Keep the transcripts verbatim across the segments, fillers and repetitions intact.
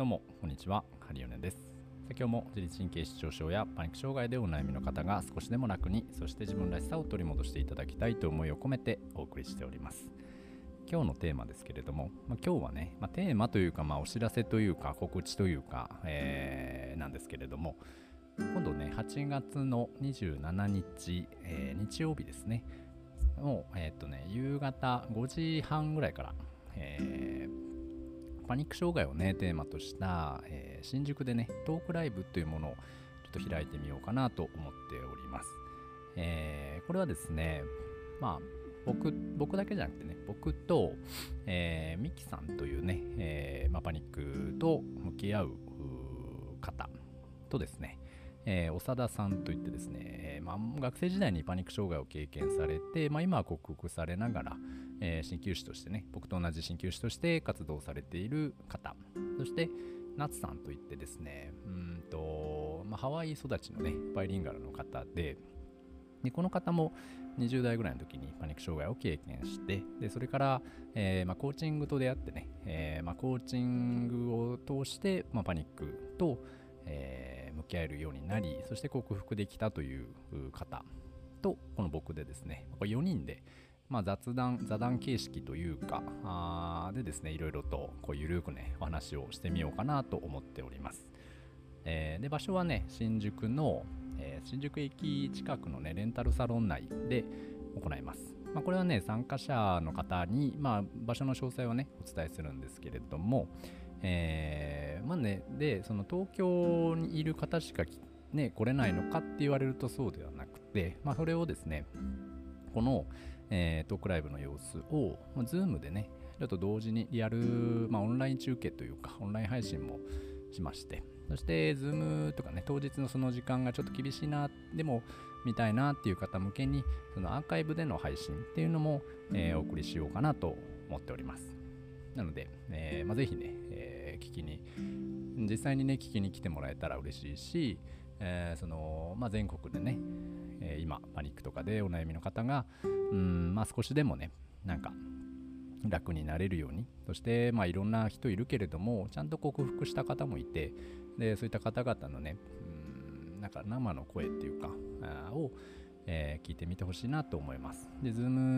どうもこんにちは、ハリオネです。今日も自律神経失調症やパニック障害でお悩みの方が少しでも楽に、そして自分らしさを取り戻していただきたいと思いを込めてお送りしております。今日のテーマですけれども、まあ、今日はね、まあ、テーマというか、まあ、お知らせというか告知というか、えー、なんですけれども、今度ねはちがつのにじゅうしちにち、えー、日曜日ですねの、えーっとね、夕方ごじはんぐらいから、えーパニック障害をねテーマとした、えー新宿でねトークライブというものをちょっと開いてみようかなと思っております。えーこれはですね、まあ僕僕だけじゃなくてね、僕と、えーミキさんというね、えーまあ、パニックと向き合ううー方とですね、えー長田さんといってですね、えーまあ、学生時代にパニック障害を経験されて、まあ、今は克服されながら、えー鍼灸師としてね、僕と同じ鍼灸師として活動されている方、そして夏さんといってですね、うんと、まあ、ハワイ育ちのねバイリンガルの方で、でこの方もにじゅう代ぐらいの時にパニック障害を経験して、でそれから、えーまあ、コーチングと出会ってね、えーまあ、コーチングを通して、まあ、パニックと、えー向き合えるようになり、そして克服できたという方とこの僕でですね、これよにんで、まあ、雑談座談形式というかあでですね、いろいろとこうゆるくねお話をしてみようかなと思っております。えーで場所はね新宿の、えー新宿駅近くのねレンタルサロン内で行います。まあ、これはね参加者の方に、まあ、場所の詳細はねお伝えするんですけれども、えーまあね、でその東京にいる方しかね来れないのかって言われるとそうではなくて、まあ、それをですねこの、えートークライブの様子を、まあ、Zoom でねちょっと同時にリアル、まあ、オンライン中継というかオンライン配信もしまして、そして Zoom とかね当日のその時間がちょっと厳しいなでも見たいなっていう方向けにそのアーカイブでの配信っていうのも、えーお送りしようかなと思っております。なので、えーまあ、ぜひね、えー聞きに実際にね聞きに来てもらえたら嬉しいし、えーそのまあ、全国でね、えー今パニックとかでお悩みの方がうん、まあ、少しでもねなんか楽になれるように、そしてまあいろんな人いるけれどもちゃんと克服した方もいて、でそういった方々のねうんなんか生の声っていうかあを、えー聞いてみてほしいなと思います。で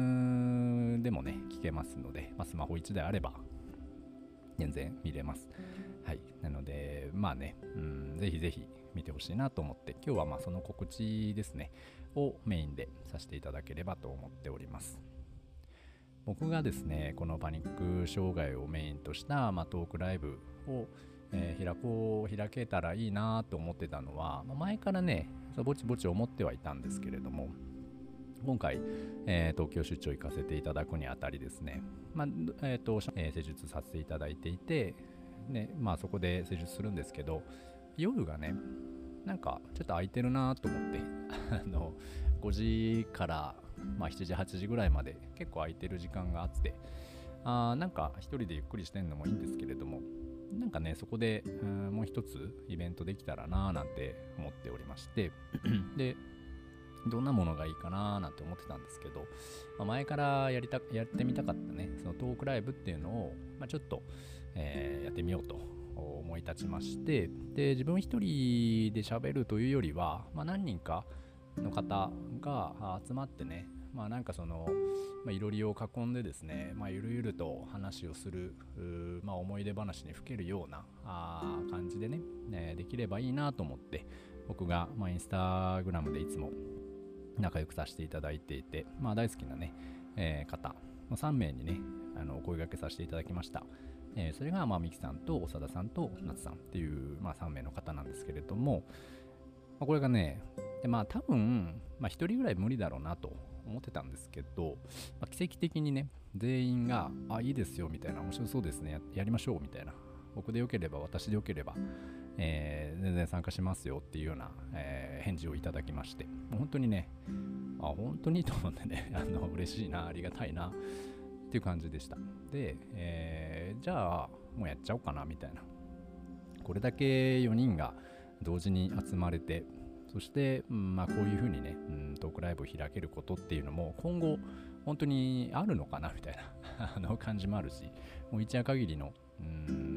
Zoom でもね聞けますので、まあ、スマホいちだいあれば全然見れます。はい、なのでまあね、うん、ぜひぜひ見てほしいなと思って、今日はまあその告知ですねをメインでさせていただければと思っております。僕がですねこのパニック障害をメインとした、まあ、トークライブを、えー開こう開けたらいいなと思ってたのは、まあ、前からねぼちぼち思ってはいたんですけれども、今回、えー東京出張行かせていただくにあたりですね、まあえーとえー施術させていただいていて、ねまあ、そこで施術するんですけど、夜がねなんかちょっと空いてるなと思ってあのごじから、まあ、しちじはちじぐらいまで結構空いてる時間があって、あーなんか一人でゆっくりしてんのもいいんですけれども、なんかねそこでうんもう一つイベントできたらなーなんて思っておりましてでどんなものがいいかなーなんて思ってたんですけど、まあ、前からやりたやってみたかったねそのトークライブっていうのを、まあ、ちょっと、えーやってみようと思い立ちまして、で自分一人で喋るというよりは、まあ、何人かの方が集まってね、まあなんかその、まあ、いろりを囲んでですね、まあ、ゆるゆると話をする、まあ、思い出話にふけるようなあ感じでね、ねできればいいなと思って、僕が、まあ、インスタグラムでいつも仲良くさせていただいていて、まあ、大好きなね、えー方さんめいにねあのお声掛けさせていただきました。えーそれが、まあ、ミキさんと長田さんと夏さんっていう、まあ、さんめいの方なんですけれども、まあ、これがねでまあ多分、まあ、ひとりぐらい無理だろうなと思ってたんですけど、まあ、奇跡的にね全員があいいですよみたいな、面白そうですね や, やりましょうみたいな、僕でよければ私でよければ、えー全然参加しますよっていうような、えー返事をいただきまして、もう本当にねあ本当にと思ってねあの嬉しいなありがたいなっていう感じでした。で、えーじゃあもうやっちゃおうかなみたいな、これだけよにんが同時に集まれて、そして、うんまあ、こういうふうにね、うん、トークライブを開けることっていうのも今後本当にあるのかなみたいなあの感じもあるし、もう一夜限りのうーん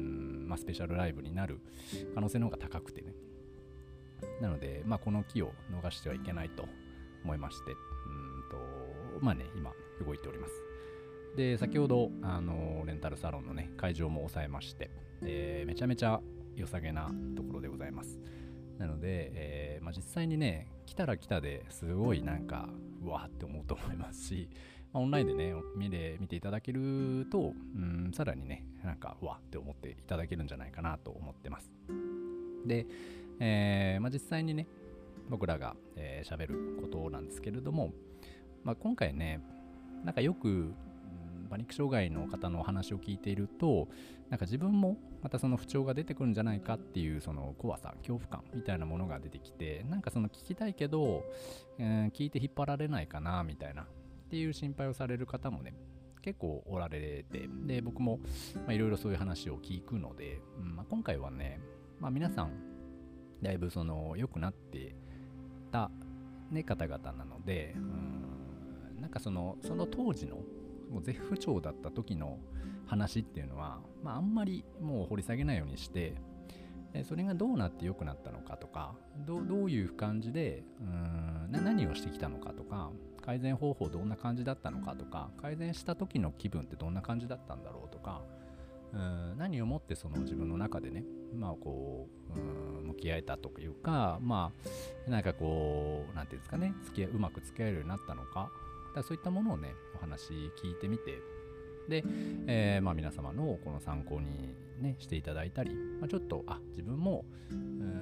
まあ、スペシャルライブになる可能性の方が高くてね。なので、まあ、この機を逃してはいけないと思いまして、うんとまあね、今動いております。で、先ほどあのレンタルサロンのね会場も抑えまして、えー、めちゃめちゃ良さげなところでございます。なので、えーまあ、実際にね来たら来たですごいなんかうわーって思うと思いますし、まあ、オンラインでね見で見ていただけると、うん、さらにねなんかうわーって思っていただけるんじゃないかなと思ってます。で、えーまあ、実際にね僕らが喋、えー、ることなんですけれども、まあ、今回ねなんかよくパニック障害の方のお話を聞いていると、なんか自分もまたその不調が出てくるんじゃないかっていうその怖さ、恐怖感みたいなものが出てきて、なんかその聞きたいけど、えー、聞いて引っ張られないかなみたいなっていう心配をされる方もね結構おられて、で僕もいろいろそういう話を聞くので、うんまあ、今回はね、まあ、皆さんだいぶその良くなってた、ね、方々なので、うんなんかそのその当時のもう絶不調だった時の話っていうのは、まあ、あんまりもう掘り下げないようにして、それがどうなって良くなったのかとか、ど う, どういう感じでうーんな何をしてきたのかとか、改善方法どんな感じだったのかとか、改善した時の気分ってどんな感じだったんだろうとか、うーん何をもってその自分の中でね、まあこう、うーん向き合えたというか、まあなんかこうなんていうんですかね、付き合いうまく付き合えるようになったのか。だそういったものをねお話聞いてみて、で、えーまあ、皆様のこの参考に、ね、していただいたり、まあ、ちょっとあ自分も、うん、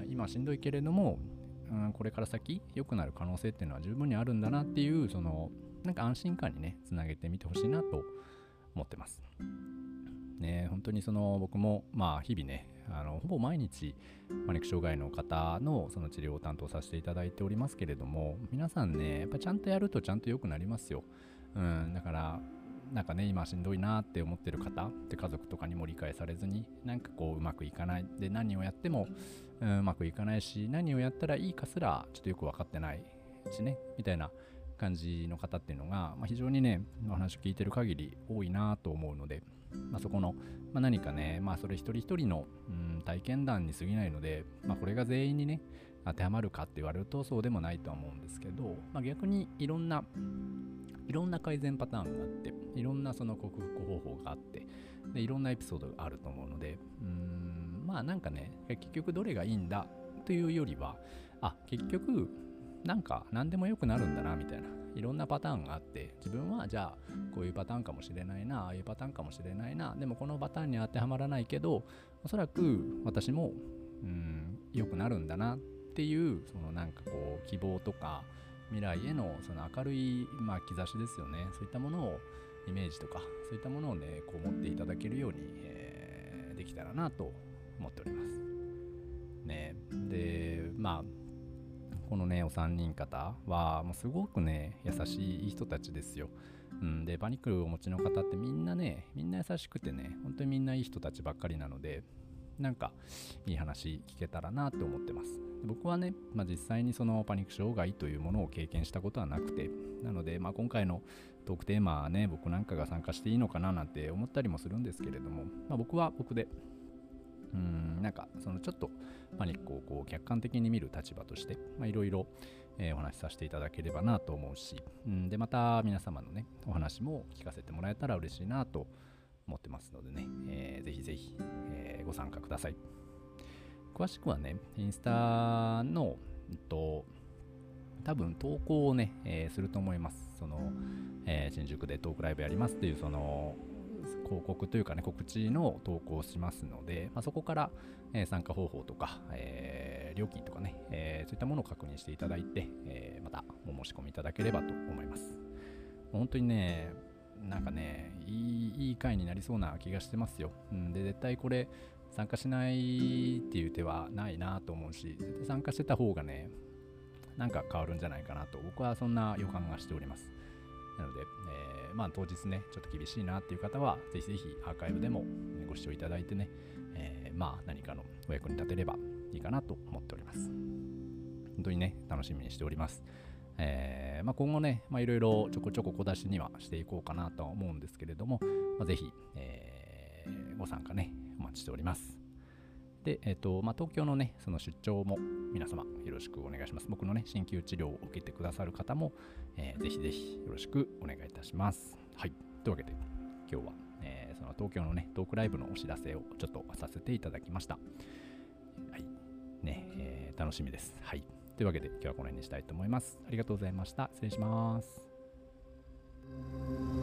今しんどいけれども、うん、これから先良くなる可能性っていうのは十分にあるんだなっていうそのなんか安心感にねつなげてみてほしいなと思ってます。ね、本当にその僕もまあ日々ねあのほぼ毎日パニック障害の方のその治療を担当させていただいておりますけれども、皆さんねやっぱちゃんとやるとちゃんと良くなりますよ。うん、だからなんかね今しんどいなって思ってる方って家族とかにも理解されずになんかこううまくいかないで、何をやっても、うん、うまくいかないし、何をやったらいいかすらちょっとよく分かってないしねみたいな感じの方っていうのが、まあ、非常にねお話を聞いてる限り多いなと思うので、まあ、そこの、まあ、何かね、まあ、それ一人一人の、うん、体験談に過ぎないので、まあ、これが全員にね当てはまるかって言われるとそうでもないとは思うんですけど、まあ、逆にいろんないろんな改善パターンがあって、いろんなその克服方法があって、でいろんなエピソードがあると思うので、うーんまあなんかね結局どれがいいんだというよりは、あ結局なんか何でも良くなるんだなみたいな、いろんなパターンがあって、自分はじゃあこういうパターンかもしれないな、ああいうパターンかもしれないな、でもこのパターンに当てはまらないけどおそらく私もうん良くなるんだなっていう、そのなんかこう希望とか未来へのその明るい、まあ、兆しですよね。そういったものをイメージとかそういったものをねこう持っていただけるように、えー、できたらなと思っておりますね。でまあこのねお三人方はもうすごくね優しい人たちですよ。うん、でパニックをお持ちの方ってみんなねみんな優しくてね、本当にみんないい人たちばっかりなので、なんかいい話聞けたらなと思ってます。僕はね、まあ、実際にそのパニック障害というものを経験したことはなくて、なので、まあ、今回のトークテーマはね僕なんかが参加していいのかななんて思ったりもするんですけれども、まあ、僕は僕でうーんなんかそのちょっとパニックをこう客観的に見る立場としていろいろお話しさせていただければなと思うし、うんでまた皆様のねお話も聞かせてもらえたら嬉しいなと思ってますのでね、えー、ぜひぜひ、えー、ご参加ください。詳しくはねインスタの、えっと、多分投稿をね、えー、すると思います。その、えー、新宿でトークライブやりますっていうその広告というかね告知の投稿をしますので、まあ、そこから、えー、参加方法とか、えー、料金とかね、えー、そういったものを確認していただいて、えー、またお申し込みいただければと思います。本当にねなんかねいい、いい回になりそうな気がしてますよ。うん、で絶対これ参加しないっていう手はないなと思うし、絶対参加してた方がねなんか変わるんじゃないかなと僕はそんな予感がしております。なので、えー、まあ当日ねちょっと厳しいなっていう方はぜひぜひアーカイブでもご視聴いただいてね、えー、まあ何かのお役に立てればいいかなと思っております。本当にね楽しみにしております。えーまあ、今後ねいろいろちょこちょこ小出しにはしていこうかなとは思うんですけれども、まあ、ぜひ、えー、ご参加ねお待ちしております。 で、えっとまあ、東京のねその出張も皆様よろしくお願いします。僕のね鍼灸治療を受けてくださる方も、えー、ぜひぜひよろしくお願いいたします。はい、というわけで今日は、えー、その東京のねトークライブのお知らせをちょっとさせていただきました。はいね、えー、楽しみです。はい、というわけで今日はこの辺にしたいと思います。ありがとうございました。失礼します。